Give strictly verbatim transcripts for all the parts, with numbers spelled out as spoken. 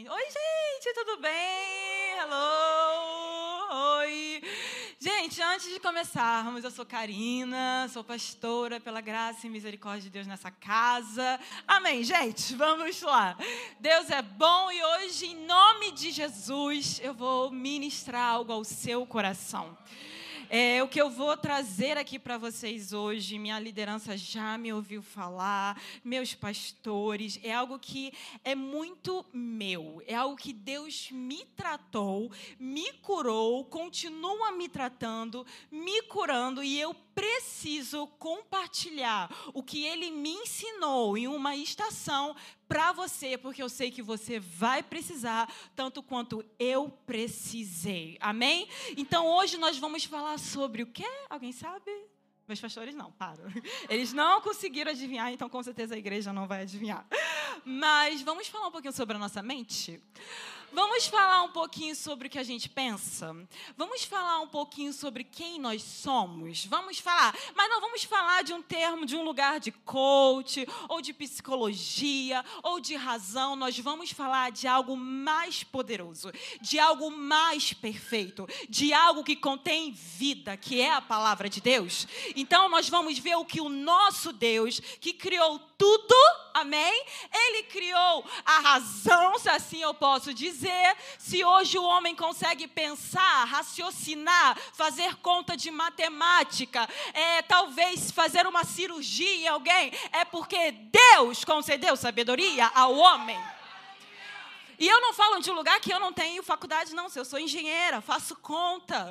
Oi, gente, tudo bem? Hello! Oi! Gente, antes de começarmos, eu sou Karina, sou pastora pela graça e misericórdia de Deus nessa casa. Amém, gente? Vamos lá. Deus é bom e hoje, em nome de Jesus, eu vou ministrar algo ao seu coração. É, o que eu vou trazer aqui para vocês hoje, minha liderança já me ouviu falar, meus pastores, é algo que é muito meu, é algo que Deus me tratou, me curou, continua me tratando, me curando, e eu preciso compartilhar o que Ele me ensinou em uma estação para você, porque eu sei que você vai precisar, tanto quanto eu precisei. Amém? Então, hoje nós vamos falar sobre o quê? Alguém sabe? Meus pastores não, param. Eles não conseguiram adivinhar, então com certeza a igreja não vai adivinhar. Mas vamos falar um pouquinho sobre a nossa mente? Vamos falar um pouquinho sobre o que a gente pensa? Vamos falar um pouquinho sobre quem nós somos? Vamos falar, mas não vamos falar de um termo, de um lugar de coach, ou de psicologia, ou de razão. Nós vamos falar de algo mais poderoso, de algo mais perfeito, de algo que contém vida, que é a palavra de Deus. Então, nós vamos ver o que o nosso Deus, que criou tudo, amém? Ele criou a razão, se assim eu posso dizer. Se hoje o homem consegue pensar, raciocinar, fazer conta de matemática, é, talvez fazer uma cirurgia em alguém, é porque Deus concedeu sabedoria ao homem. E eu não falo de um lugar que eu não tenho faculdade, não. Se eu sou engenheira, faço conta.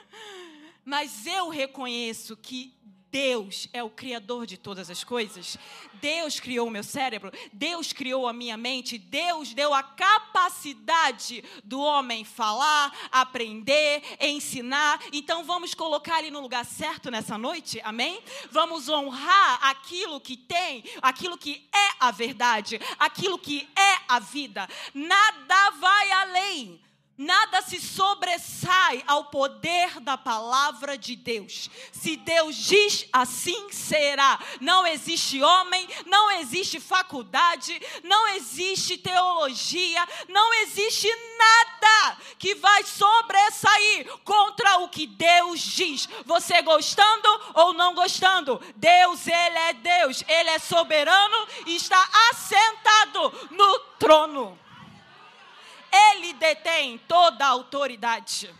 Mas eu reconheço que Deus é o criador de todas as coisas. Deus criou o meu cérebro, Deus criou a minha mente, Deus deu a capacidade do homem falar, aprender, ensinar. Então vamos colocar ele no lugar certo nessa noite, amém? Vamos honrar aquilo que tem, aquilo que é a verdade, aquilo que é a vida. Nada vai além. Nada se sobressai ao poder da palavra de Deus. Se Deus diz, assim será. Não existe homem, não existe faculdade, não existe teologia, não existe nada que vai sobressair contra o que Deus diz. Você gostando ou não gostando, Deus, Ele é Deus, Ele é soberano e está assentado no trono. Ele detém toda a autoridade.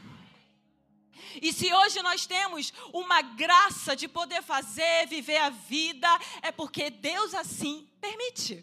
E se hoje nós temos uma graça de poder fazer, viver a vida, é porque Deus assim permite.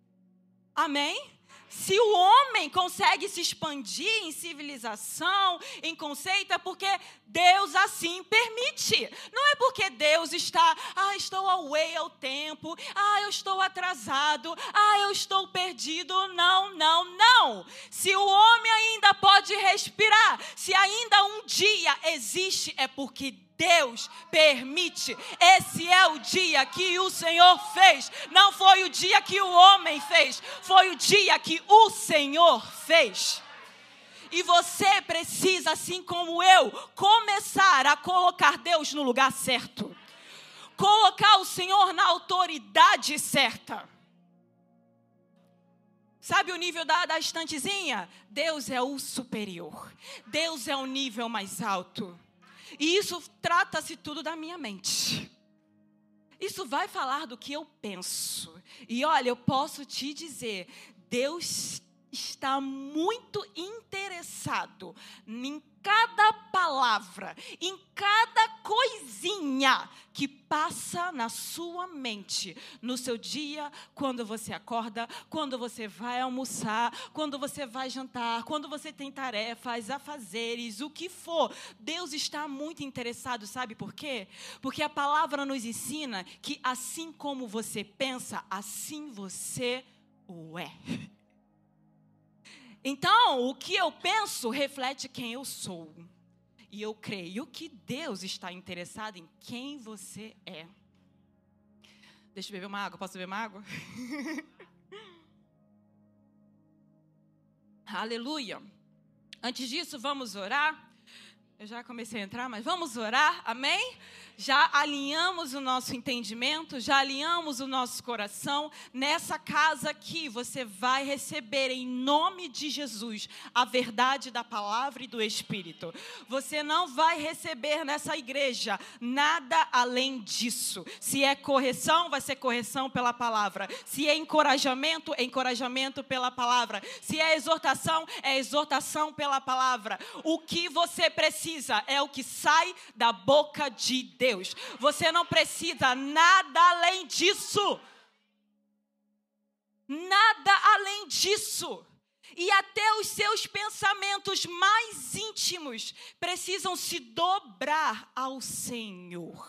Amém? Se o homem consegue se expandir em civilização, em conceito, é porque Deus assim permite. Não é porque Deus está, ah, estou away ao tempo, ah, eu estou atrasado, ah, eu estou perdido. Não, não, não. Se o homem ainda pode respirar, se ainda um dia existe, é porque Deus permite. Esse é o dia que o Senhor fez. Não foi o dia que o homem fez. Foi o dia que o Senhor fez. E você precisa, assim como eu, começar a colocar Deus no lugar certo. Colocar o Senhor na autoridade certa. Sabe o nível da, da estantezinha? Deus é o superior. Deus é o nível mais alto. E isso trata-se tudo da minha mente. Isso vai falar do que eu penso. E olha, eu posso te dizer, Deus está muito interessado em cada palavra, em cada coisinha que passa na sua mente, no seu dia, quando você acorda, quando você vai almoçar, quando você vai jantar, quando você tem tarefas, afazeres, o que for. Deus está muito interessado, sabe por quê? Porque a palavra nos ensina que assim como você pensa, assim você o é. Então, o que eu penso reflete quem eu sou. E eu creio que Deus está interessado em quem você é. Deixa eu beber uma água. Posso beber uma água? Aleluia. Antes disso, vamos orar. Eu já comecei a entrar, mas vamos orar, amém? Já alinhamos o nosso entendimento, já alinhamos o nosso coração. Nessa casa aqui, você vai receber em nome de Jesus a verdade da palavra e do Espírito. Você não vai receber nessa igreja nada além disso. Se é correção, vai ser correção pela palavra. Se é encorajamento, é encorajamento pela palavra. Se é exortação, é exortação pela palavra. O que você precisa é o que sai da boca de Deus. Deus. Você não precisa nada além disso. Nada além disso. E até os seus pensamentos mais íntimos precisam se dobrar ao Senhor.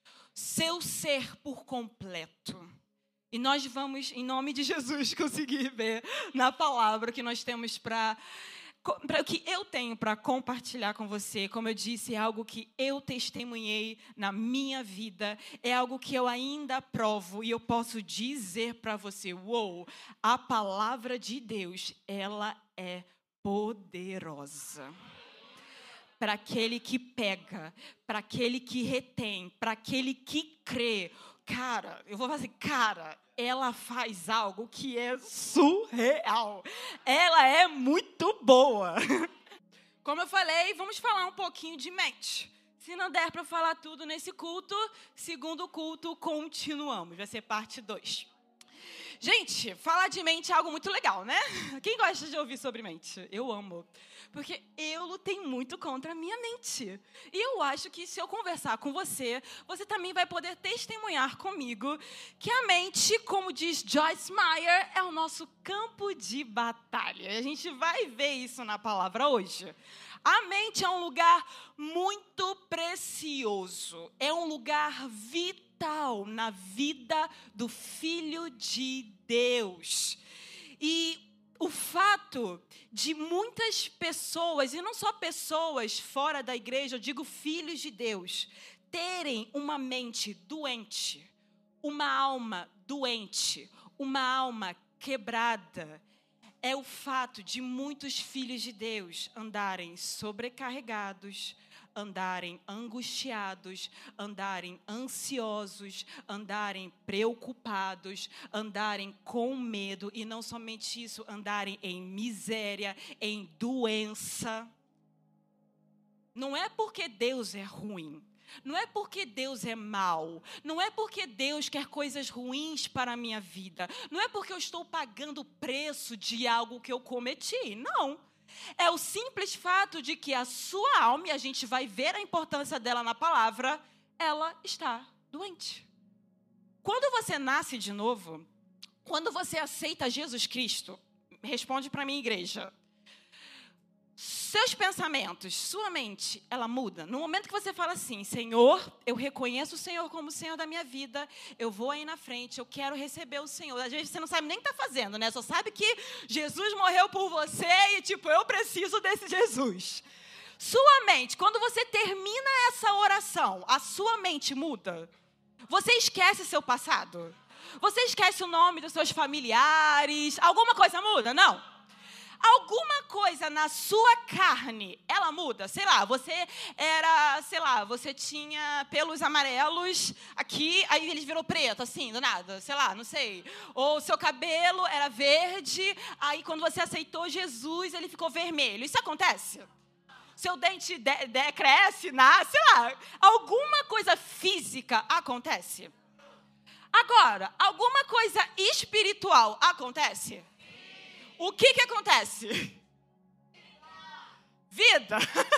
Seu ser por completo. E nós vamos, em nome de Jesus, conseguir ver na palavra que nós temos para... Para o que eu tenho para compartilhar com você, como eu disse, é algo que eu testemunhei na minha vida, é algo que eu ainda provo e eu posso dizer para você, uou, a palavra de Deus, ela é poderosa. Para aquele que pega, para aquele que retém, para aquele que crê. Cara, eu vou fazer, cara, ela faz algo que é surreal. Ela é muito boa. Como eu falei, vamos falar um pouquinho de mente. Se não der para falar tudo nesse culto, segundo culto, continuamos. Vai ser parte dois. Gente, falar de mente é algo muito legal, né? Quem gosta de ouvir sobre mente? Eu amo. Porque eu lutei muito contra a minha mente. E eu acho que se eu conversar com você, você também vai poder testemunhar comigo que a mente, como diz Joyce Meyer, é o nosso campo de batalha. A gente vai ver isso na palavra hoje. A mente é um lugar muito precioso. É um lugar vital na vida do Filho de Deus. E o fato de muitas pessoas, e não só pessoas fora da igreja, eu digo filhos de Deus, terem uma mente doente, uma alma doente, uma alma quebrada, é o fato de muitos filhos de Deus andarem sobrecarregados, andarem angustiados, andarem ansiosos, andarem preocupados, andarem com medo e não somente isso, andarem em miséria, em doença. Não é porque Deus é ruim. Não é porque Deus é mau, não é porque Deus quer coisas ruins para a minha vida, não é porque eu estou pagando o preço de algo que eu cometi, não. É o simples fato de que a sua alma, e a gente vai ver a importância dela na palavra, ela está doente. Quando você nasce de novo, quando você aceita Jesus Cristo, responde para mim, igreja, seus pensamentos, sua mente, ela muda. No momento que você fala assim, Senhor, eu reconheço o Senhor como o Senhor da minha vida, eu vou aí na frente, eu quero receber o Senhor. Às vezes você não sabe nem o que está fazendo, né? Só sabe que Jesus morreu por você e, tipo, eu preciso desse Jesus. Sua mente, quando você termina essa oração, a sua mente muda. Você esquece seu passado? Você esquece o nome dos seus familiares? Alguma coisa muda? Não. Alguma coisa na sua carne, ela muda? Sei lá, você era, sei lá, você tinha pelos amarelos aqui, aí eles virou preto, assim, do nada, sei lá, não sei. Ou seu cabelo era verde, aí quando você aceitou Jesus, ele ficou vermelho. Isso acontece? Seu dente de, de, cresce, nasce, sei lá. Alguma coisa física acontece? Agora, alguma coisa espiritual acontece? O que que acontece? Vida.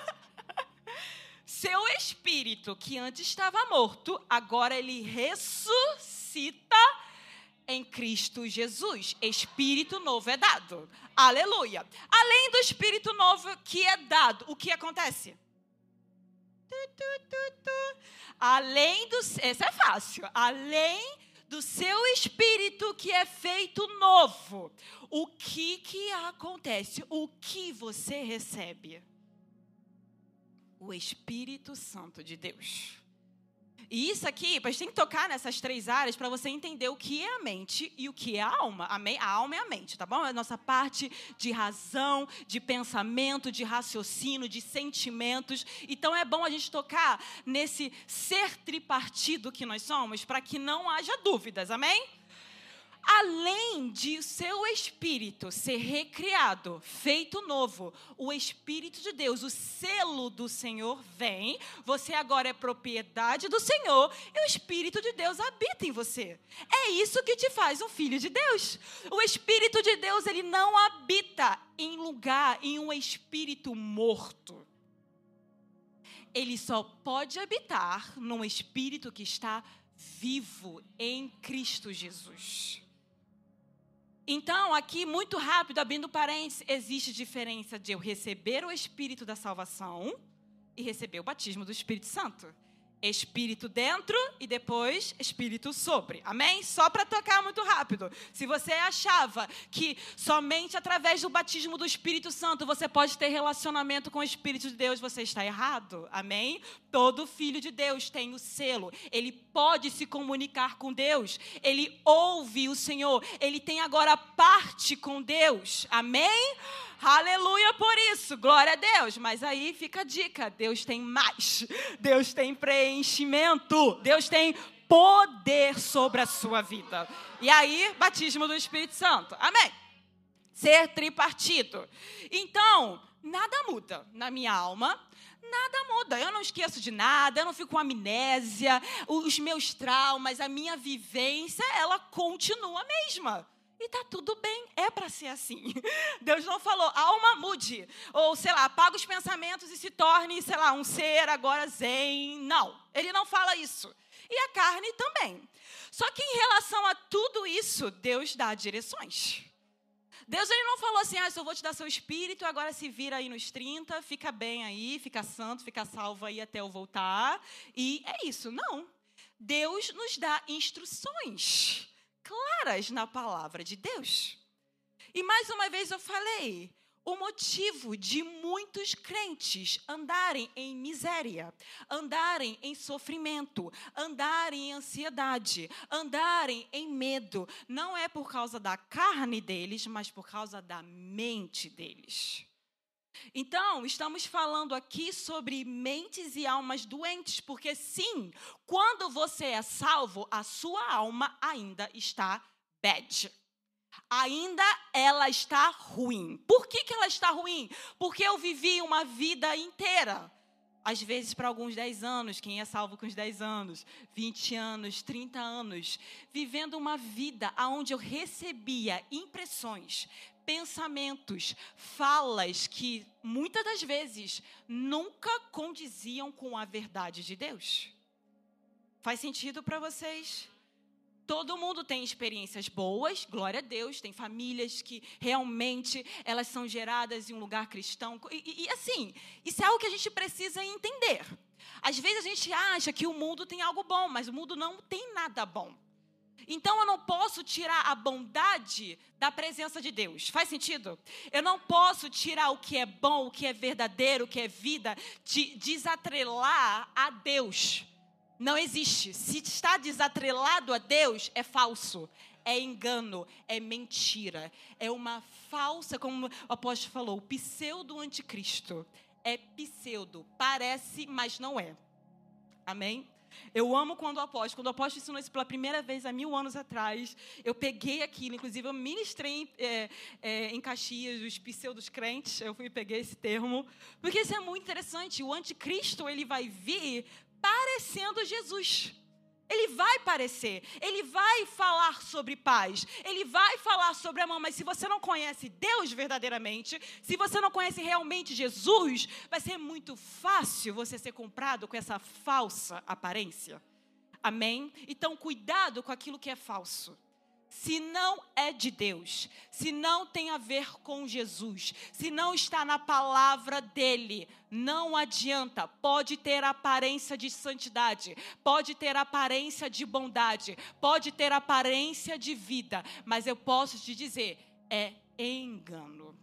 Seu espírito, que antes estava morto, agora ele ressuscita em Cristo Jesus. Espírito novo é dado. Aleluia. Além do espírito novo que é dado, o que acontece? Tu, tu, tu, tu. Além do... Esse é fácil. Além do seu espírito que é feito novo. O que que acontece? O que você recebe? O Espírito Santo de Deus. E isso aqui, a gente tem que tocar nessas três áreas para você entender o que é a mente e o que é a alma. A, me, a alma é a mente, tá bom? É a nossa parte de razão, de pensamento, de raciocínio, de sentimentos. Então, é bom a gente tocar nesse ser tripartido que nós somos para que não haja dúvidas, amém? Além de o seu espírito ser recriado, feito novo, o Espírito de Deus, o selo do Senhor vem, você agora é propriedade do Senhor e o Espírito de Deus habita em você. É isso que te faz um filho de Deus. O Espírito de Deus, ele não habita em lugar, em um espírito morto. Ele só pode habitar num espírito que está vivo em Cristo Jesus. Então, aqui, muito rápido, abrindo parênteses, existe diferença de eu receber o Espírito da salvação e receber o batismo do Espírito Santo. Espírito dentro e depois Espírito sobre. Amém? Só para tocar muito rápido. Se você achava que somente através do batismo do Espírito Santo você pode ter relacionamento com o Espírito de Deus, você está errado. Amém? Todo filho de Deus tem o selo. Ele pode se comunicar com Deus. Ele ouve o Senhor. Ele tem agora parte com Deus. Amém? Aleluia por isso, glória a Deus. Mas aí fica a dica, Deus tem mais. Deus tem preenchimento. Deus tem poder sobre a sua vida. E aí, batismo do Espírito Santo. Amém. Ser tripartido. Então, nada muda na minha alma. Nada muda, eu não esqueço de nada, eu não fico com amnésia, os meus traumas, a minha vivência, ela continua a mesma. E tá tudo bem, é para ser assim. Deus não falou, alma mude, ou sei lá, apaga os pensamentos e se torne, sei lá, um ser agora zen. Não, ele não fala isso. E a carne também. Só que em relação a tudo isso, Deus dá direções. Deus, ele não falou assim, ah, eu vou te dar seu espírito, agora se vira aí nos trinta, fica bem aí, fica santo, fica salvo aí até eu voltar. E é isso, não. Deus nos dá instruções claras na palavra de Deus. E mais uma vez eu falei, o motivo de muitos crentes andarem em miséria, andarem em sofrimento, andarem em ansiedade, andarem em medo, não é por causa da carne deles, mas por causa da mente deles. Então, estamos falando aqui sobre mentes e almas doentes, porque sim, quando você é salvo, a sua alma ainda está bad. Ainda ela está ruim. Por que que ela está ruim? Porque eu vivi uma vida inteira. Às vezes para alguns dez anos, quem é salvo com os dez anos, vinte anos, trinta anos, vivendo uma vida onde eu recebia impressões, pensamentos, falas que muitas das vezes nunca condiziam com a verdade de Deus. Faz sentido para vocês? Todo mundo tem experiências boas, glória a Deus, tem famílias que realmente elas são geradas em um lugar cristão. E, e, e assim, isso é algo que a gente precisa entender. Às vezes a gente acha que o mundo tem algo bom, mas o mundo não tem nada bom. Então eu não posso tirar a bondade da presença de Deus. Faz sentido? Eu não posso tirar o que é bom, o que é verdadeiro, o que é vida, de desatrelar a Deus. Não existe. Se está desatrelado a Deus, é falso, é engano, é mentira. É uma falsa, como o apóstolo falou, o pseudo-anticristo. É pseudo, parece, mas não é. Amém? Eu amo quando o apóstolo, quando o apóstolo ensinou isso pela primeira vez há mil anos atrás, eu peguei aquilo, inclusive eu ministrei é, é, em Caxias os pseudos crentes, eu fui peguei esse termo, porque isso é muito interessante. O anticristo, ele vai vir parecendo Jesus. Ele vai parecer, ele vai falar sobre paz, ele vai falar sobre amor, mas se você não conhece Deus verdadeiramente, se você não conhece realmente Jesus, vai ser muito fácil você ser comprado com essa falsa aparência. Amém? Então, cuidado com aquilo que é falso. Se não é de Deus, se não tem a ver com Jesus, se não está na palavra dele, não adianta. Pode ter aparência de santidade, pode ter aparência de bondade, pode ter aparência de vida, mas eu posso te dizer, é engano.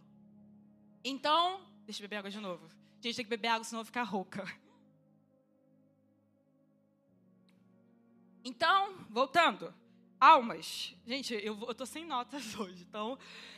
Então, deixa eu beber água de novo. Gente, tem que beber água, senão eu vou ficar rouca. Então, voltando. Almas. Gente, eu estou sem notas hoje, então...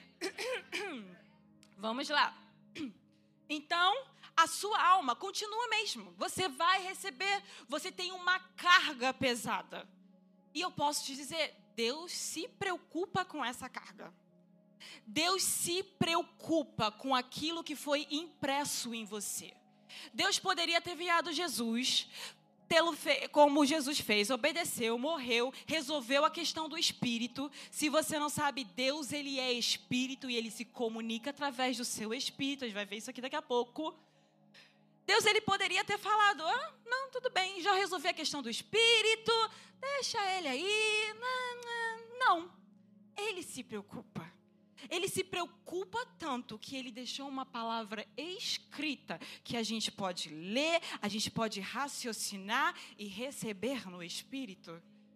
Vamos lá. Então, a sua alma continua mesmo. Você vai receber, você tem uma carga pesada. E eu posso te dizer, Deus se preocupa com essa carga. Deus se preocupa com aquilo que foi impresso em você. Deus poderia ter enviado Jesus, tê-lo fe- como Jesus fez, obedeceu, morreu, resolveu a questão do Espírito. Se você não sabe, Deus, ele é Espírito e ele se comunica através do seu Espírito. A gente vai ver isso aqui daqui a pouco. Deus, ele poderia ter falado, ah, não, tudo bem, já resolvi a questão do Espírito, deixa ele aí. Não, ele se preocupa. Ele se preocupa tanto que ele deixou uma palavra escrita que a gente pode ler, a gente pode raciocinar e receber no Espírito.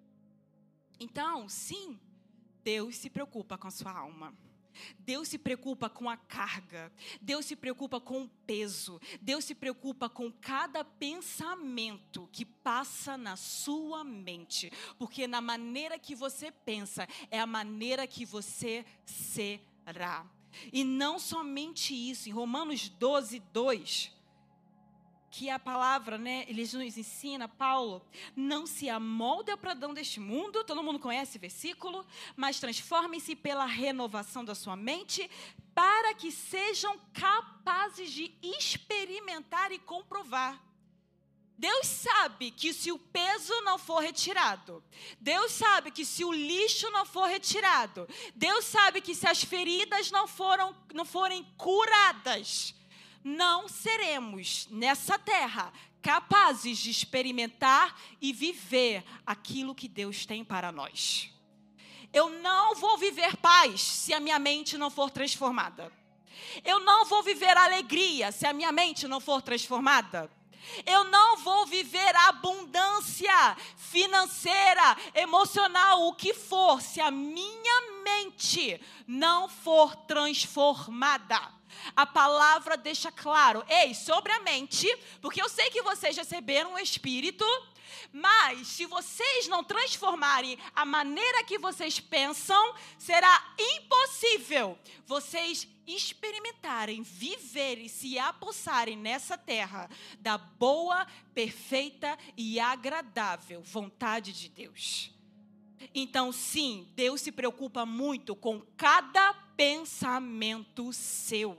Então, sim, Deus se preocupa com a sua alma. Deus se preocupa com a carga. Deus se preocupa com o peso. Deus se preocupa com cada pensamento que passa na sua mente. Porque na maneira que você pensa, é a maneira que você será. E não somente isso. Em Romanos doze, dois... que a palavra, né, ele nos ensina, Paulo, não se amolde ao padrão deste mundo, todo mundo conhece esse versículo, mas transformem-se pela renovação da sua mente, para que sejam capazes de experimentar e comprovar. Deus sabe que se o peso não for retirado, Deus sabe que se o lixo não for retirado, Deus sabe que se as feridas não, foram, não forem curadas, não seremos, nessa terra, capazes de experimentar e viver aquilo que Deus tem para nós. Eu não vou viver paz se a minha mente não for transformada. Eu não vou viver alegria se a minha mente não for transformada. Eu não vou viver abundância financeira, emocional, o que for, se a minha mente não for transformada. A palavra deixa claro, ei, sobre a mente, porque eu sei que vocês receberam o Espírito, mas se vocês não transformarem a maneira que vocês pensam, será impossível vocês experimentarem, viverem, se apossarem nessa terra da boa, perfeita e agradável vontade de Deus. Então, sim, Deus se preocupa muito com cada pensamento seu.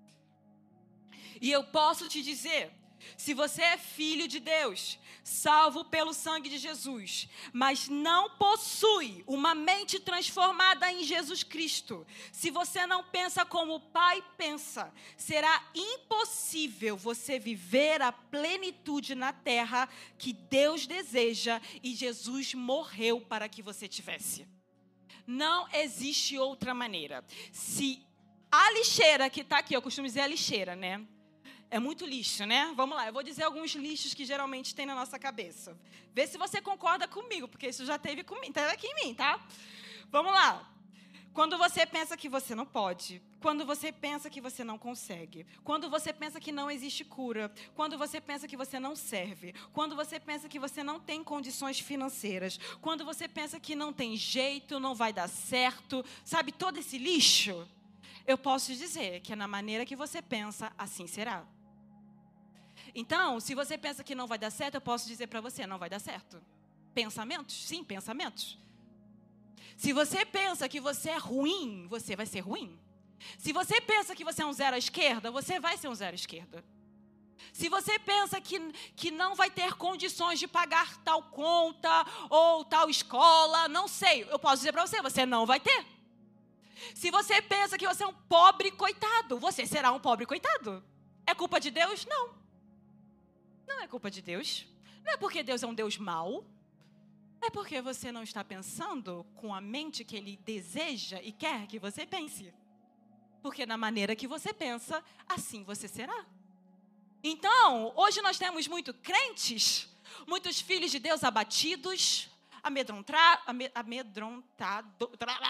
E eu posso te dizer, se você é filho de Deus, salvo pelo sangue de Jesus, mas não possui uma mente transformada em Jesus Cristo, se você não pensa como o Pai pensa, será impossível você viver a plenitude na terra que Deus deseja e Jesus morreu para que você tivesse. Não existe outra maneira. Se a lixeira que está aqui, eu costumo dizer a lixeira, né? É muito lixo, né? Vamos lá, eu vou dizer alguns lixos que geralmente tem na nossa cabeça. Vê se você concorda comigo, porque isso já teve comigo, teve aqui em mim, tá? Vamos lá. Quando você pensa que você não pode, quando você pensa que você não consegue, quando você pensa que não existe cura, quando você pensa que você não serve, quando você pensa que você não tem condições financeiras, quando você pensa que não tem jeito, não vai dar certo, sabe, todo esse lixo, eu posso dizer que é na maneira que você pensa, assim será. Então, se você pensa que não vai dar certo, eu posso dizer para você, não vai dar certo. Pensamentos? Sim, pensamentos. Se você pensa que você é ruim, você vai ser ruim. Se você pensa que você é um zero à esquerda, você vai ser um zero à esquerda. Se você pensa que, que não vai ter condições de pagar tal conta ou tal escola, não sei, eu posso dizer para você, você não vai ter. Se você pensa que você é um pobre coitado, você será um pobre coitado. É culpa de Deus? Não. Não é culpa de Deus. Não é porque Deus é um Deus mau. É porque você não está pensando com a mente que Ele deseja e quer que você pense. Porque na maneira que você pensa, assim você será. Então, hoje nós temos muitos crentes, muitos filhos de Deus abatidos, amedrontados, amedrontado,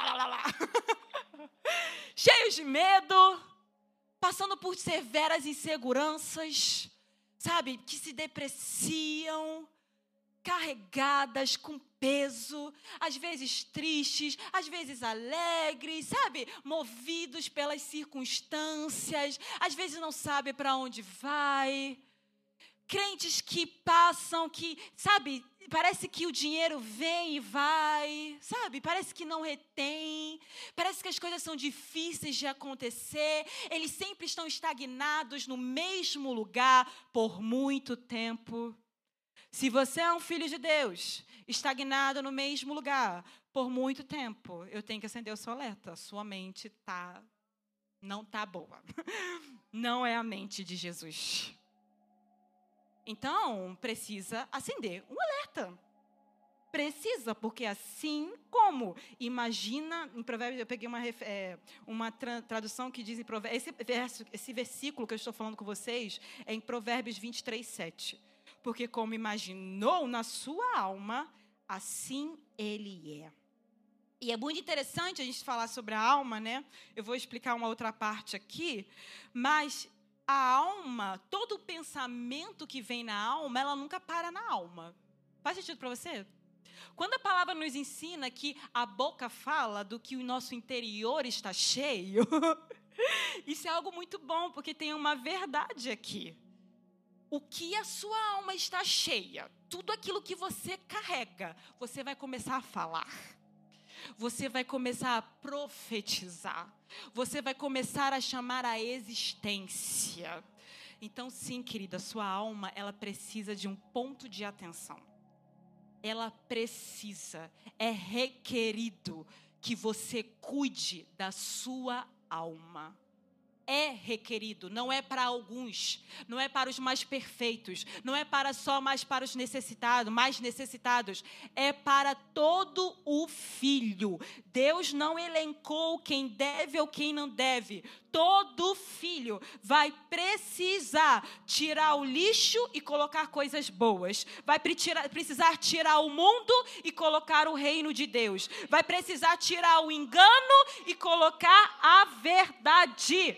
cheios de medo, passando por severas inseguranças, sabe, que se depreciam. carregadas com peso, às vezes tristes, às vezes alegres, sabe? Movidos pelas circunstâncias, às vezes não sabe para onde vai. Crentes que passam, que, sabe, parece que o dinheiro vem e vai, sabe? Parece que não retém, parece que as coisas são difíceis de acontecer, eles sempre estão estagnados no mesmo lugar por muito tempo. Se você é um filho de Deus, estagnado no mesmo lugar por muito tempo, eu tenho que acender o seu alerta. Sua mente tá, não está boa. Não é a mente de Jesus. Então, precisa acender um alerta. Precisa, porque assim como, imagina, em Provérbios, eu peguei uma, é, uma tra, tradução que diz em Provérbios, esse, verso, esse versículo que eu estou falando com vocês é em Provérbios vinte e três, sete. Porque como imaginou na sua alma, assim ele é. E é muito interessante a gente falar sobre a alma, né? Eu vou explicar uma outra parte aqui, mas a alma, todo pensamento que vem na alma, ela nunca para na alma. Faz sentido para você? Quando a palavra nos ensina que a boca fala do que o nosso interior está cheio, isso é algo muito bom, porque tem uma verdade aqui. O que a sua alma está cheia, tudo aquilo que você carrega, você vai começar a falar. Você vai começar a profetizar. Você vai começar a chamar a existência. Então, sim, querida, sua alma, ela precisa de um ponto de atenção. Ela precisa, é requerido que você cuide da sua alma. É requerido, não é para alguns, não é para os mais perfeitos, não é para só mais para os necessitados, mais necessitados, é para todo o filho. Deus não elencou quem deve ou quem não deve. Todo filho vai precisar tirar o lixo e colocar coisas boas. Vai precisar tirar o mundo e colocar o reino de Deus. Vai precisar tirar o engano e colocar a verdade.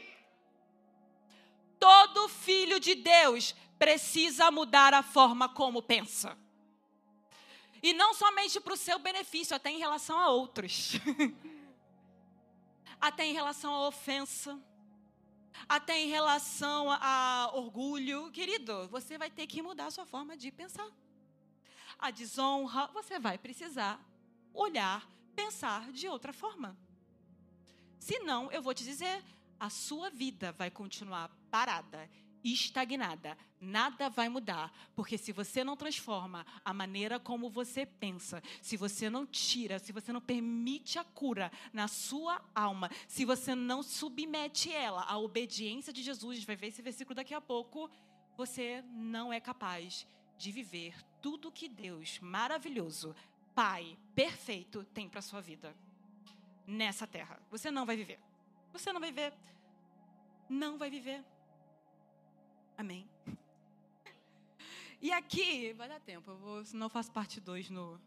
Todo filho de Deus precisa mudar a forma como pensa. E não somente para o seu benefício, até em relação a outros. Até em relação à ofensa. Até em relação a orgulho. Querido, você vai ter que mudar a sua forma de pensar. A desonra, você vai precisar olhar, pensar de outra forma. Senão, eu vou te dizer, a sua vida vai continuar parada, estagnada. Nada vai mudar, porque se você não transforma a maneira como você pensa, se você não tira, se você não permite a cura na sua alma, se você não submete ela à obediência de Jesus, a gente vai ver esse versículo daqui a pouco, você não é capaz de viver tudo que Deus maravilhoso, Pai perfeito, tem para a sua vida nessa terra. Você não vai viver. Você não vai viver. Não vai viver. Amém. E aqui, vai dar tempo, eu vou, senão eu faço parte dois no...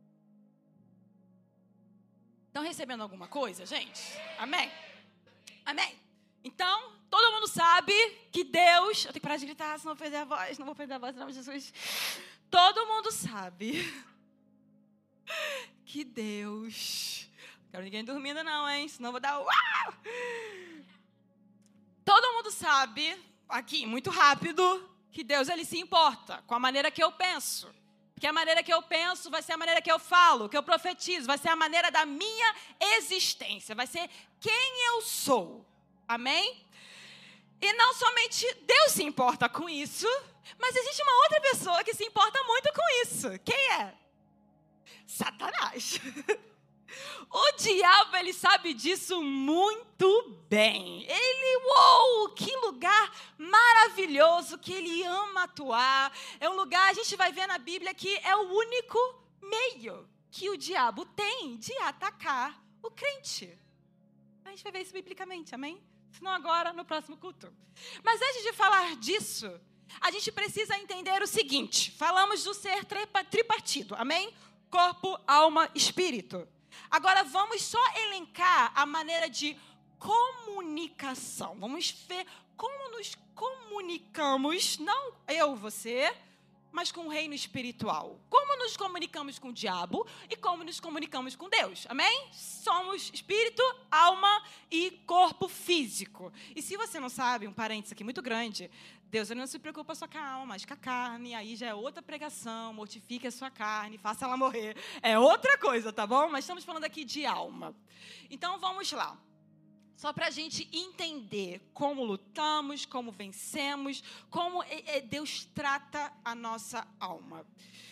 Estão recebendo alguma coisa, gente? Amém? Amém? Então, todo mundo sabe que Deus... Eu tenho que parar de gritar, senão eu vou perder a voz. Não vou perder a voz, em nome de Jesus. Todo mundo sabe que Deus... Não quero ninguém dormindo não, hein? Senão eu vou dar... Uau! Todo mundo sabe, aqui, muito rápido, que Deus, ele se importa com a maneira que eu penso. Porque a maneira que eu penso vai ser a maneira que eu falo, que eu profetizo, vai ser a maneira da minha existência, vai ser quem eu sou. Amém? E não somente Deus se importa com isso, mas existe uma outra pessoa que se importa muito com isso. Quem é? Satanás. O diabo, ele sabe disso muito bem. Ele, uou, que lugar maravilhoso que ele ama atuar. É um lugar, a gente vai ver na Bíblia que é o único meio que o diabo tem de atacar o crente. A gente vai ver isso biblicamente, amém? Se não agora, no próximo culto. Mas antes de falar disso, a gente precisa entender o seguinte. Falamos do ser tripartido, amém? Corpo, alma, espírito. Agora, vamos só elencar a maneira de comunicação. Vamos ver como nos comunicamos, não eu, você, mas com o reino espiritual. Como nos comunicamos com o diabo e como nos comunicamos com Deus. Amém? Somos espírito, alma e corpo físico. E se você não sabe, um parênteses aqui muito grande, Deus ele não se preocupa só com a alma, mas com a carne. Aí já é outra pregação, mortifique a sua carne, faça ela morrer. É outra coisa, tá bom? Mas estamos falando aqui de alma. Então, vamos lá. Só para a gente entender como lutamos, como vencemos, como Deus trata a nossa alma.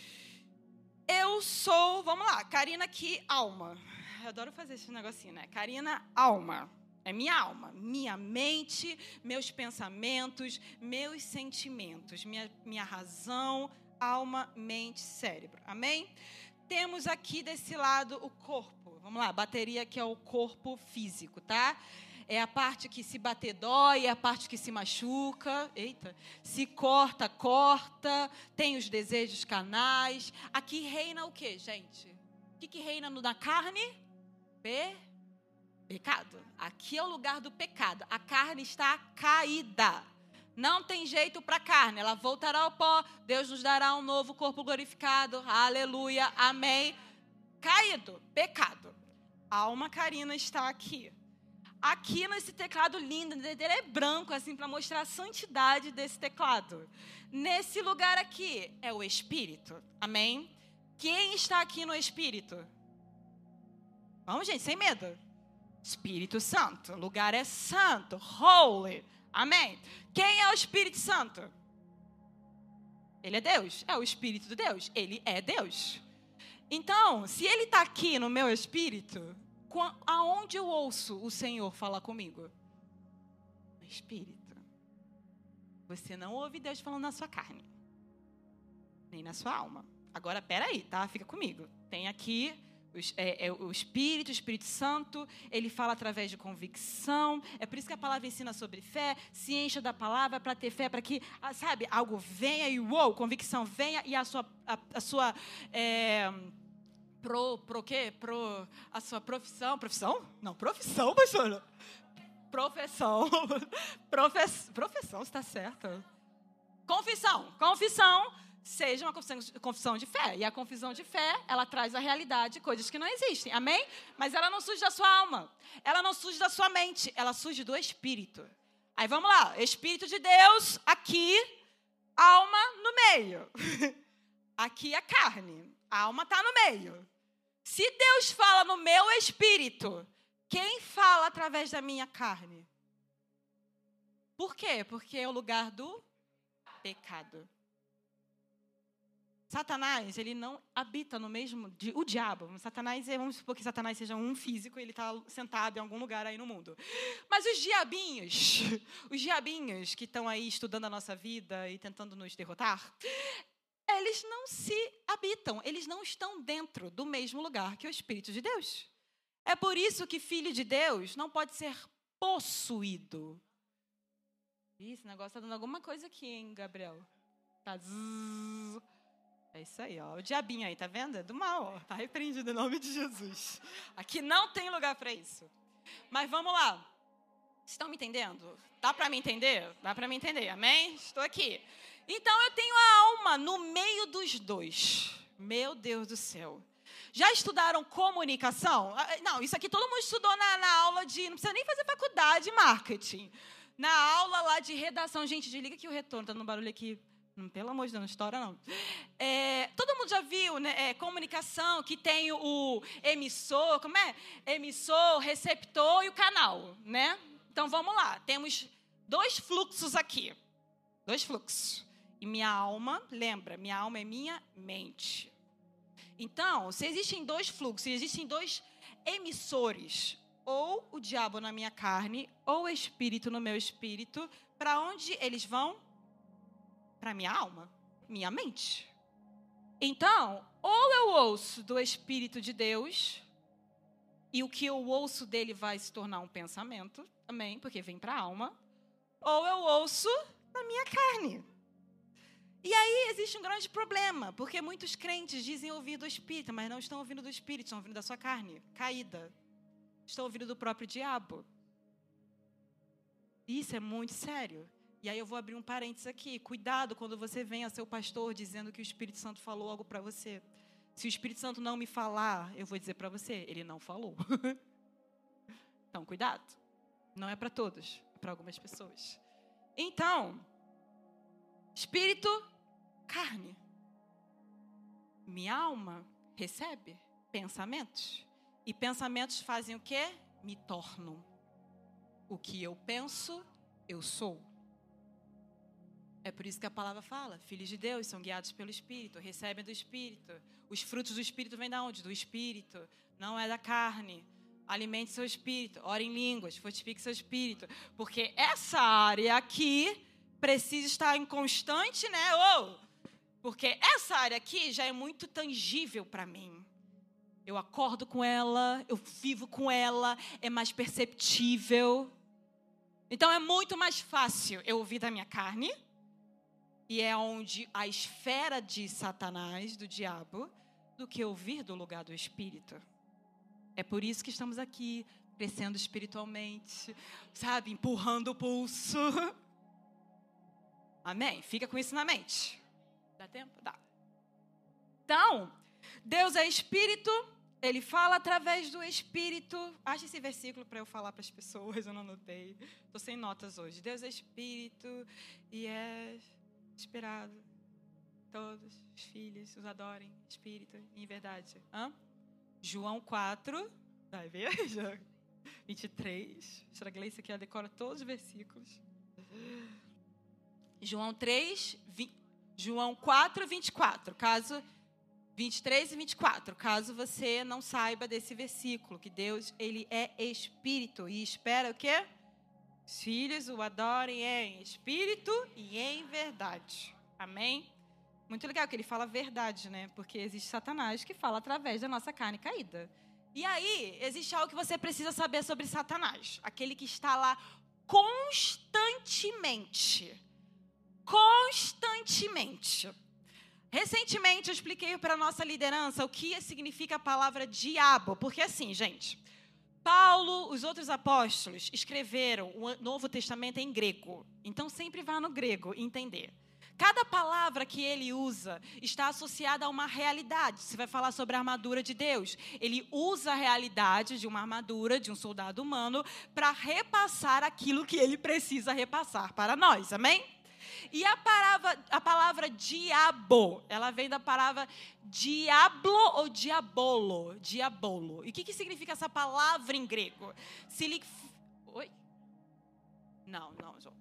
Eu sou, vamos lá, Karina aqui, alma. Eu adoro fazer esse negocinho, né? Karina, alma. É minha alma, minha mente, meus pensamentos, meus sentimentos, minha, minha razão, alma, mente, cérebro. Amém? Temos aqui desse lado o corpo. Vamos lá, bateria que é o corpo físico, tá? É a parte que se bater dói, é a parte que se machuca. Eita. Se corta, corta. Tem os desejos carnais. Aqui reina o quê, gente? O que, que reina na carne? Pe... Pecado. Aqui é o lugar do pecado. A carne está caída. Não tem jeito para a carne. Ela voltará ao pó. Deus nos dará um novo corpo glorificado. Aleluia. Amém. Caído. Pecado. A alma Karina está aqui. Aqui nesse teclado lindo, ele é branco, assim, para mostrar a santidade desse teclado. Nesse lugar aqui é o Espírito. Amém? Quem está aqui no Espírito? Vamos, gente, sem medo. Espírito Santo. O lugar é santo, holy. Amém? Quem é o Espírito Santo? Ele é Deus. É o Espírito de Deus. Ele é Deus. Então, se ele está aqui no meu espírito, aonde eu ouço o Senhor falar comigo? No espírito. Você não ouve Deus falando na sua carne, nem na sua alma. Agora, peraí, tá? Fica comigo. Tem aqui é, é, o Espírito, o Espírito Santo, ele fala através de convicção. É por isso que a palavra ensina sobre fé. Se encha da palavra para ter fé, para que, sabe, algo venha e uou, convicção venha e a sua, a, a sua é, pro, pro quê? Pro, a sua profissão, profissão? Não, profissão, pastor. Profissão. Profess, profissão, está certo. Confissão, confissão. Seja uma confissão de fé. E a confissão de fé, ela traz a realidade de coisas que não existem. Amém? Mas ela não surge da sua alma. Ela não surge da sua mente. Ela surge do Espírito. Aí vamos lá. Espírito de Deus, aqui, alma no meio. Aqui é carne. A alma está no meio. Se Deus fala no meu espírito, quem fala através da minha carne? Por quê? Porque é o lugar do pecado. Satanás, ele não habita no mesmo... O diabo, Satanás, vamos supor que Satanás seja um físico e ele está sentado em algum lugar aí no mundo. Mas os diabinhos, os diabinhos que estão aí estudando a nossa vida e tentando nos derrotar, eles não se habitam, eles não estão dentro do mesmo lugar que o Espírito de Deus. É por isso que filho de Deus não pode ser possuído. Ih, esse negócio está dando alguma coisa aqui, hein, Gabriel? Tá zzz. É isso aí, ó. O diabinho aí, tá vendo? É do mal, ó. Tá repreendido em nome de Jesus. Aqui não tem lugar para isso. Mas vamos lá. Vocês estão me entendendo? Dá para me entender? Dá para me entender, amém? Estou aqui. Então, eu tenho a alma no meio dos dois. Meu Deus do céu. Já estudaram comunicação? Não, isso aqui todo mundo estudou na, na aula de... Não precisa nem fazer faculdade de marketing. Na aula lá de redação. Gente, desliga aqui o retorno, tá dando barulho aqui. Pelo amor de Deus, não estoura não. É, todo mundo já viu, né, é, comunicação, que tem o emissor, como é? Emissor, receptor e o canal, né? Então, vamos lá. Temos dois fluxos aqui. Dois fluxos. E minha alma, lembra, minha alma é minha mente. Então, se existem dois fluxos, se existem dois emissores, ou o diabo na minha carne, ou o espírito no meu espírito, para onde eles vão? Para minha alma, minha mente. Então, ou eu ouço do Espírito de Deus, e o que eu ouço dele vai se tornar um pensamento, também, porque vem para a alma, ou eu ouço da minha carne. E aí existe um grande problema, porque muitos crentes dizem ouvir do Espírito, mas não estão ouvindo do Espírito, estão ouvindo da sua carne, caída. Estão ouvindo do próprio diabo. Isso é muito sério. E aí eu vou abrir um parênteses aqui. Cuidado quando você vem a seu pastor dizendo que o Espírito Santo falou algo para você. Se o Espírito Santo não me falar, eu vou dizer para você, ele não falou. Então, cuidado. Não é para todos, é para algumas pessoas. Então, espírito, carne. Minha alma recebe pensamentos. E pensamentos fazem o quê? Me tornam. O que eu penso, eu sou. É por isso que a palavra fala, filhos de Deus são guiados pelo Espírito, recebem do Espírito. Os frutos do Espírito vêm de onde? Do Espírito, não é da carne. Alimente seu espírito, ore em línguas, fortifique seu espírito. Porque essa área aqui precisa estar em constante, né? Oh, porque essa área aqui já é muito tangível para mim. Eu acordo com ela, eu vivo com ela, é mais perceptível. Então é muito mais fácil eu ouvir da minha carne. E é onde a esfera de Satanás, do diabo, do que ouvir do lugar do Espírito. É por isso que estamos aqui, crescendo espiritualmente, sabe? Empurrando o pulso. Amém? Fica com isso na mente. Dá tempo? Dá. Então, Deus é Espírito, Ele fala através do Espírito. Acha esse versículo para eu falar para as pessoas, eu não anotei. Estou sem notas hoje. Deus é Espírito e é esperado. Todos os filhos os adorem, Espírito, em verdade. Hã? João quatro, vai ver? vinte e três. Estraguei isso aqui, ela decora todos os versículos. João três, vi, João quatro, vinte e quatro. Caso vinte e três e vinte e quatro. Caso você não saiba desse versículo, que Deus, Ele é Espírito e espera o quê? Os filhos o adorem em Espírito e em verdade. Amém? Muito legal que ele fala verdade, né? Porque existe Satanás que fala através da nossa carne caída. E aí, existe algo que você precisa saber sobre Satanás. Aquele que está lá constantemente. Constantemente. Recentemente, eu expliquei para a nossa liderança o que significa a palavra diabo. Porque assim, gente, Paulo, os outros apóstolos, escreveram o Novo Testamento em grego. Então, sempre vá no grego entender. Cada palavra que ele usa está associada a uma realidade. Você vai falar sobre a armadura de Deus. Ele usa a realidade de uma armadura, de um soldado humano, para repassar aquilo que ele precisa repassar para nós. Amém? E a palavra, a palavra diabo, ela vem da palavra diablo ou diabolo. Diabolo. E o que, que significa essa palavra em grego? Se li... Oi? Não, não, João.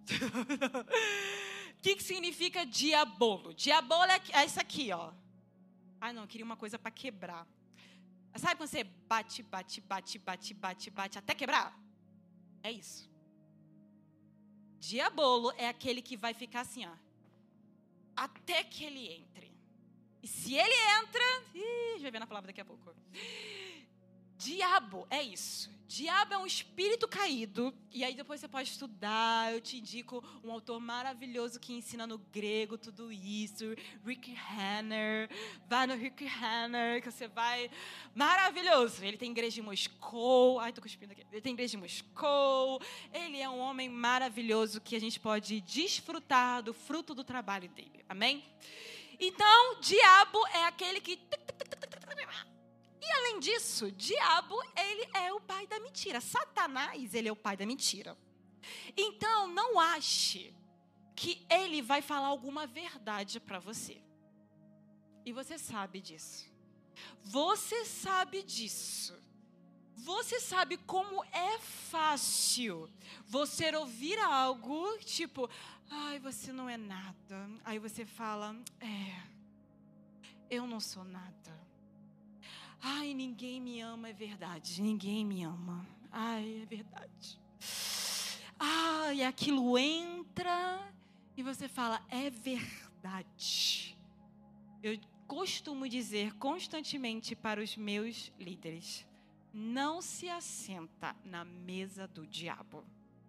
O que, que significa diabolo? Diabolo é, é isso aqui, ó. Ai, não, eu queria uma coisa para quebrar. Sabe quando você bate, bate, bate, bate, bate, bate até quebrar? É isso. Diabolo é aquele que vai ficar assim, ó. Até que ele entre. E se ele entra... Ih, a gente vai ver na palavra daqui a pouco. Diabo é isso. Diabo é um espírito caído. E aí depois você pode estudar. Eu te indico um autor maravilhoso que ensina no grego tudo isso. Rick Hanner. Vai no Rick Hanner que você vai... Maravilhoso. Ele tem igreja em Moscou. Ai, tô cuspindo aqui. Ele tem igreja em Moscou. Ele é um homem maravilhoso que a gente pode desfrutar do fruto do trabalho dele. Amém? Então, diabo é aquele que... E além disso, diabo, ele é o pai da mentira. Satanás, ele é o pai da mentira. Então, não ache que ele vai falar alguma verdade para você. E você sabe disso. Você sabe disso. Você sabe como é fácil você ouvir algo tipo, ai, você não é nada. Aí você fala, é, eu não sou nada. Ai, ninguém me ama, é verdade. Ninguém me ama. Ai, é verdade. Ai, aquilo entra e você fala, é verdade. Eu costumo dizer constantemente para os meus líderes, não se assenta na mesa do diabo.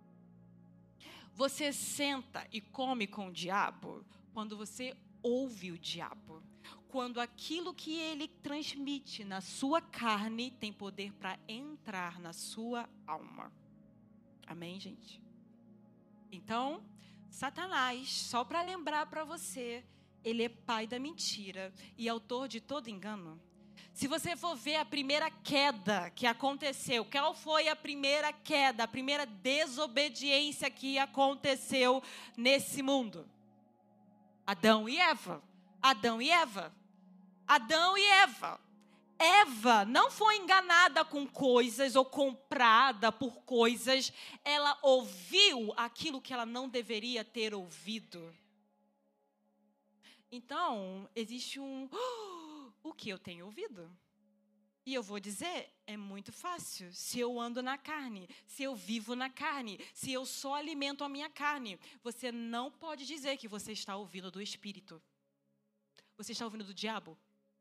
Você senta e come com o diabo quando você ouve o diabo. Quando aquilo que ele transmite na sua carne tem poder para entrar na sua alma. Amém, gente? Então, Satanás, só para lembrar para você, ele é pai da mentira e autor de todo engano. Se você for ver a primeira queda que aconteceu, qual foi a primeira queda, a primeira desobediência que aconteceu nesse mundo? Adão e Eva. Adão e Eva. Adão e Eva. Eva não foi enganada com coisas ou comprada por coisas. Ela ouviu aquilo que ela não deveria ter ouvido. Então, existe um... O que eu tenho ouvido? E eu vou dizer, é muito fácil. Se eu ando na carne, se eu vivo na carne, se eu só alimento a minha carne, você não pode dizer que você está ouvindo do Espírito. Você está ouvindo do diabo?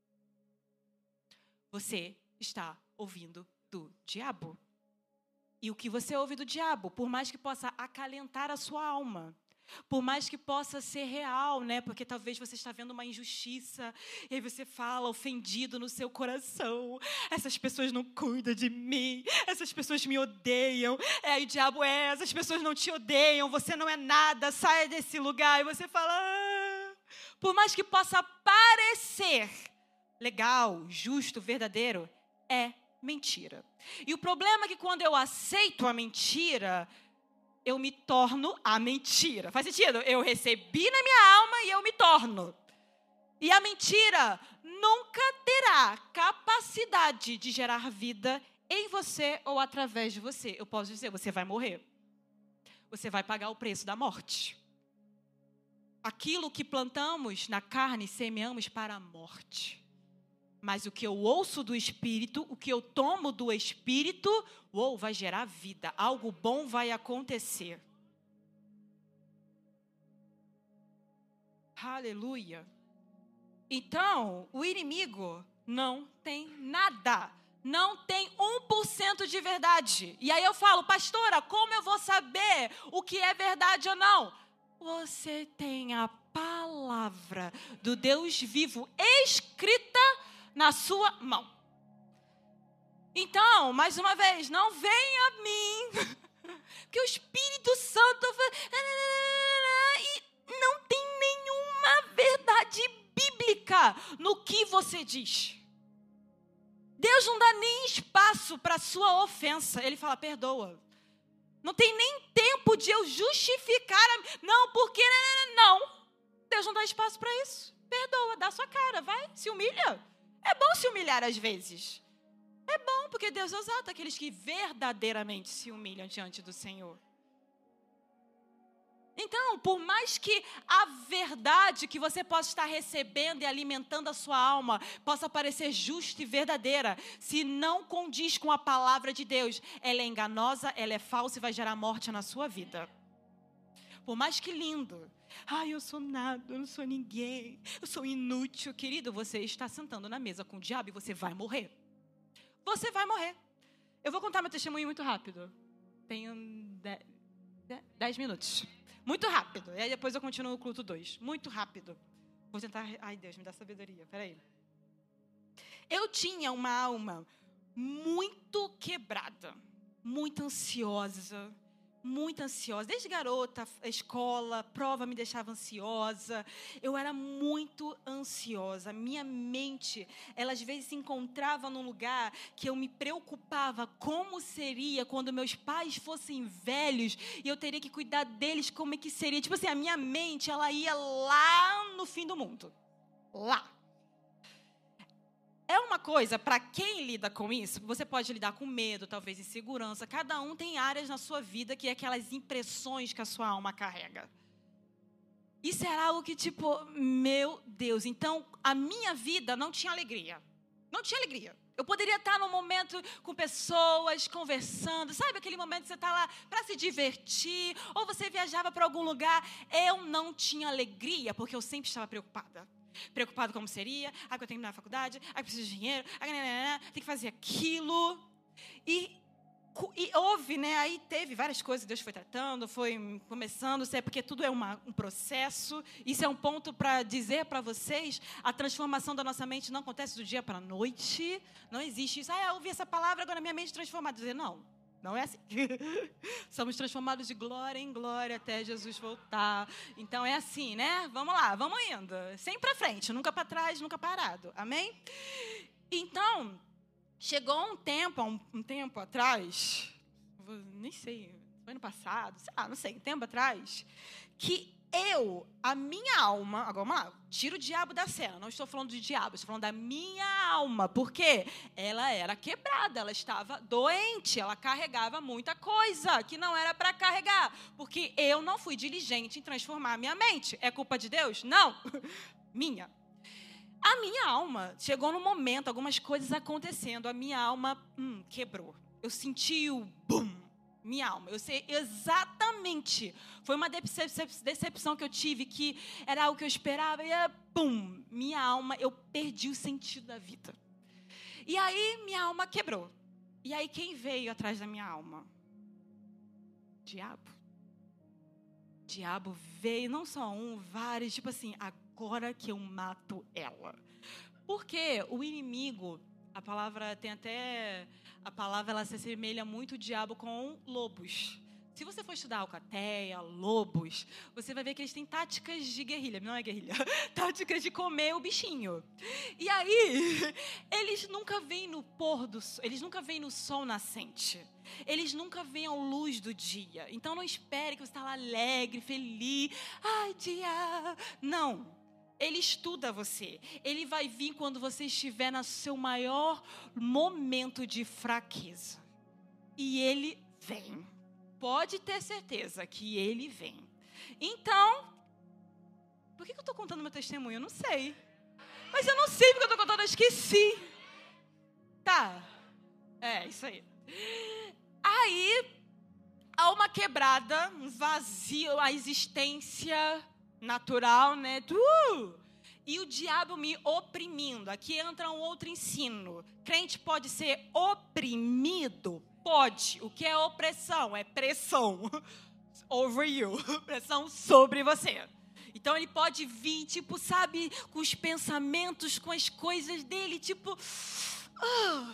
Você está ouvindo do diabo. E o que você ouve do diabo, por mais que possa acalentar a sua alma, por mais que possa ser real, né? Porque talvez você está vendo uma injustiça e aí você fala ofendido no seu coração. Essas pessoas não cuidam de mim. Essas pessoas me odeiam. É, aí o diabo é, essas pessoas não te odeiam. Você não é nada, saia desse lugar. E você fala... Ah. Por mais que possa parecer legal, justo, verdadeiro, é mentira. E o problema é que quando eu aceito a mentira... eu me torno a mentira. Faz sentido? Eu recebi na minha alma e eu me torno. E a mentira nunca terá capacidade de gerar vida em você ou através de você. Eu posso dizer, você vai morrer. Você vai pagar o preço da morte. Aquilo que plantamos na carne, semeamos para a morte. Mas o que eu ouço do Espírito, o que eu tomo do Espírito, uou, vai gerar vida. Algo bom vai acontecer. Aleluia. Então, o inimigo não tem nada. Não tem um por cento de verdade. E aí eu falo, pastora, como eu vou saber o que é verdade ou não? Você tem a palavra do Deus vivo escrita na sua mão. Então, mais uma vez, não venha a mim, que o Espírito Santo e não tem nenhuma verdade bíblica no que você diz. Deus não dá nem espaço para a sua ofensa. Ele fala, perdoa. Não tem nem tempo de eu justificar. A... Não, porque... Não. Deus não dá espaço para isso. Perdoa, dá sua cara, vai, se humilha. É bom se humilhar às vezes. É bom, porque Deus exalta aqueles que verdadeiramente se humilham diante do Senhor. Então, por mais que a verdade que você possa estar recebendo e alimentando a sua alma possa parecer justa e verdadeira, se não condiz com a palavra de Deus, ela é enganosa, ela é falsa e vai gerar morte na sua vida. Por mais que lindo. Ai, eu sou nada, eu não sou ninguém, eu sou inútil. Querido, você está sentando na mesa com o diabo e você vai morrer. Você vai morrer. Eu vou contar meu testemunho muito rápido. Tenho dez, dez minutos. Muito rápido. E aí depois eu continuo o culto dois. Muito rápido. Vou tentar... Ai, Deus, me dá sabedoria. Peraí. Eu tinha uma alma muito quebrada. Muito ansiosa. Muito ansiosa. Desde garota, escola, prova me deixava ansiosa. Eu era muito ansiosa. Minha mente, ela às vezes se encontrava num lugar que eu me preocupava como seria quando meus pais fossem velhos e eu teria que cuidar deles, como é que seria. Tipo assim, a minha mente, ela ia lá no fim do mundo. Lá. É uma coisa, para quem lida com isso, você pode lidar com medo, talvez insegurança. Cada um tem áreas na sua vida que é aquelas impressões que a sua alma carrega. Isso era algo que, tipo, meu Deus. Então, a minha vida não tinha alegria. Não tinha alegria. Eu poderia estar num momento com pessoas, conversando. Sabe aquele momento que você está lá para se divertir? Ou você viajava para algum lugar. Eu não tinha alegria, porque eu sempre estava preocupada. Preocupado como seria, ah, que eu tenho que ir na faculdade, ah, que eu preciso de dinheiro, ah, tem que fazer aquilo. E, e houve, né, aí teve várias coisas que Deus foi tratando, foi começando, é porque tudo é uma, um processo. Isso é um ponto para dizer para vocês, a transformação da nossa mente não acontece do dia para a noite, não existe isso. Ah, eu ouvi essa palavra, agora minha mente transformada. Dizer, não, Não é assim. Somos transformados de glória em glória até Jesus voltar. Então é assim, né? Vamos lá, vamos indo. Sempre para frente, nunca para trás, nunca parado. Amém? Então, chegou um tempo, um, um tempo atrás, nem sei, foi ano passado, sei lá, não sei, um tempo atrás, que eu, a minha alma, agora vamos lá, tira o diabo da cena, não estou falando de diabo, estou falando da minha alma, porque ela era quebrada, ela estava doente, ela carregava muita coisa que não era para carregar, porque eu não fui diligente em transformar a minha mente. É culpa de Deus? Não, minha. A minha alma, chegou num momento, algumas coisas acontecendo, a minha alma hum, quebrou. Eu senti o bum. Minha alma, eu sei exatamente, foi uma decepção que eu tive, que era algo que eu esperava, e pum, minha alma, eu perdi o sentido da vida. E aí, minha alma quebrou. E aí, quem veio atrás da minha alma? Diabo. Diabo veio, não só um, vários, tipo assim, agora que eu mato ela. Porque o inimigo, a palavra tem até... A palavra, ela se assemelha muito o diabo com lobos. Se você for estudar alcateia, lobos, você vai ver que eles têm táticas de guerrilha. Não é guerrilha. Táticas de comer o bichinho. E aí, eles nunca vêm no pôr do sol, eles nunca vêm no sol nascente. Eles nunca vêm à luz do dia. Então, não espere que você está lá alegre, feliz. Ai, dia... Não. Ele estuda você. Ele vai vir quando você estiver no seu maior momento de fraqueza. E ele vem. Pode ter certeza que ele vem. Então, por que eu estou contando meu testemunho? Eu não sei. Mas eu não sei porque eu estou contando, eu esqueci. Tá. É, isso aí. Aí, há uma quebrada, um vazio, a existência... natural, né? Uh! E o diabo me oprimindo. Aqui entra um outro ensino. Crente pode ser oprimido? Pode. O que é opressão? É pressão. Over you. Pressão sobre você. Então, ele pode vir, tipo, sabe, com os pensamentos, com as coisas dele, tipo... Uh!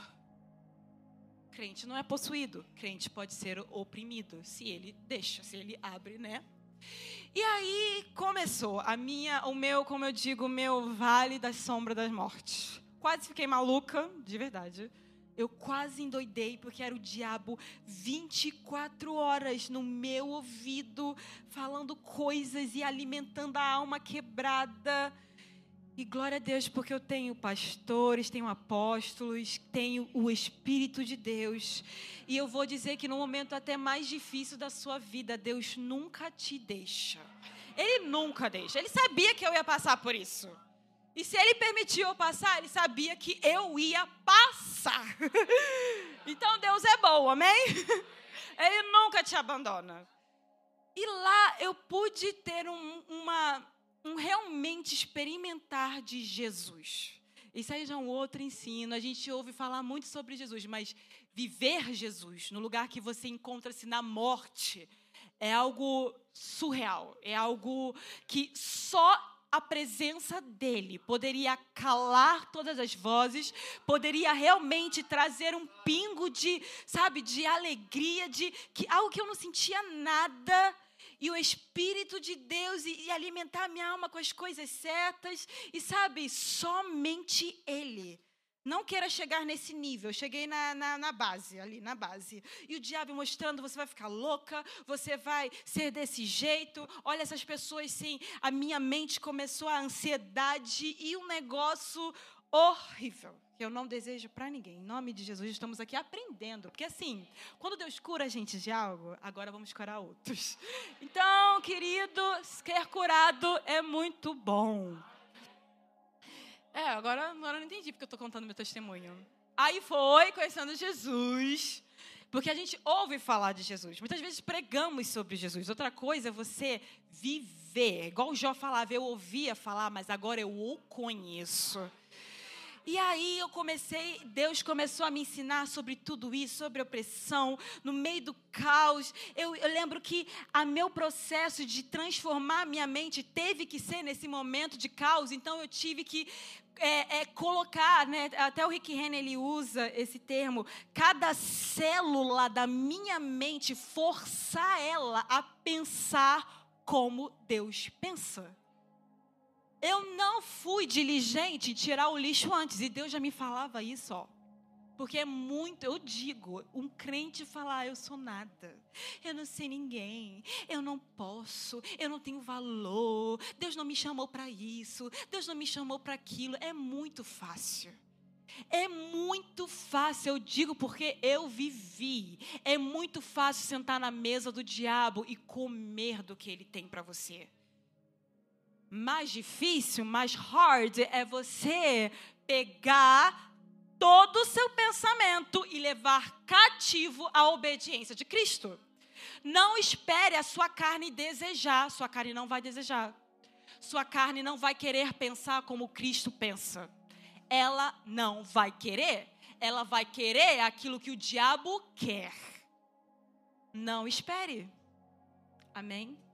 Crente não é possuído. Crente pode ser oprimido, se ele deixa, se ele abre, né? E aí começou a minha, o meu, como eu digo, o meu vale da sombra das mortes. Quase fiquei maluca, de verdade. Eu quase endoidei, porque era o diabo vinte e quatro horas no meu ouvido, falando coisas e alimentando a alma quebrada. E glória a Deus, porque eu tenho pastores, tenho apóstolos, tenho o Espírito de Deus. E eu vou dizer que no momento até mais difícil da sua vida, Deus nunca te deixa. Ele nunca deixa. Ele sabia que eu ia passar por isso. E se Ele permitiu eu passar, Ele sabia que eu ia passar. Então Deus é bom, amém? Ele nunca te abandona. E lá eu pude ter um, uma... um realmente experimentar de Jesus. Isso aí já é um outro ensino. A gente ouve falar muito sobre Jesus, mas viver Jesus no lugar que você encontra-se na morte é algo surreal. É algo que só a presença dele poderia calar todas as vozes, poderia realmente trazer um pingo de, sabe, de alegria, de que, algo que eu não sentia nada. E o Espírito de Deus e, e alimentar a minha alma com as coisas certas. E sabe, somente Ele. Não queira chegar nesse nível. Eu cheguei na, na, na base, ali na base. E o diabo mostrando, você vai ficar louca, você vai ser desse jeito. Olha essas pessoas, sim. A minha mente começou a ansiedade e um negócio horrível. Que eu não desejo para ninguém. Em nome de Jesus, estamos aqui aprendendo. Porque assim, quando Deus cura a gente de algo, agora vamos curar outros. Então, querido, ser curado é muito bom. É, agora, agora eu não entendi porque eu estou contando meu testemunho. Aí foi conhecendo Jesus. Porque a gente ouve falar de Jesus. Muitas vezes pregamos sobre Jesus. Outra coisa é você viver. Igual o Jó falava, eu ouvia falar, mas agora eu o conheço. E aí eu comecei, Deus começou a me ensinar sobre tudo isso, sobre opressão, no meio do caos. Eu, eu lembro que a meu processo de transformar minha mente teve que ser nesse momento de caos, então eu tive que é, é, colocar, né, até o Rick Renner, ele usa esse termo, cada célula da minha mente, forçar ela a pensar como Deus pensa. Eu não fui diligente em tirar o lixo antes. E Deus já me falava isso, ó. Porque é muito, eu digo, um crente falar, ah, eu sou nada. Eu não sei ninguém. Eu não posso. Eu não tenho valor. Deus não me chamou para isso. Deus não me chamou para aquilo. É muito fácil. É muito fácil, eu digo porque eu vivi. É muito fácil sentar na mesa do diabo e comer do que ele tem para você. Mais difícil, mais hard é você pegar todo o seu pensamento e levar cativo a obediência de Cristo. Não espere a sua carne desejar, sua carne não vai desejar. Sua carne não vai querer pensar como Cristo pensa. Ela não vai querer, ela vai querer aquilo que o diabo quer. Não espere. Amém?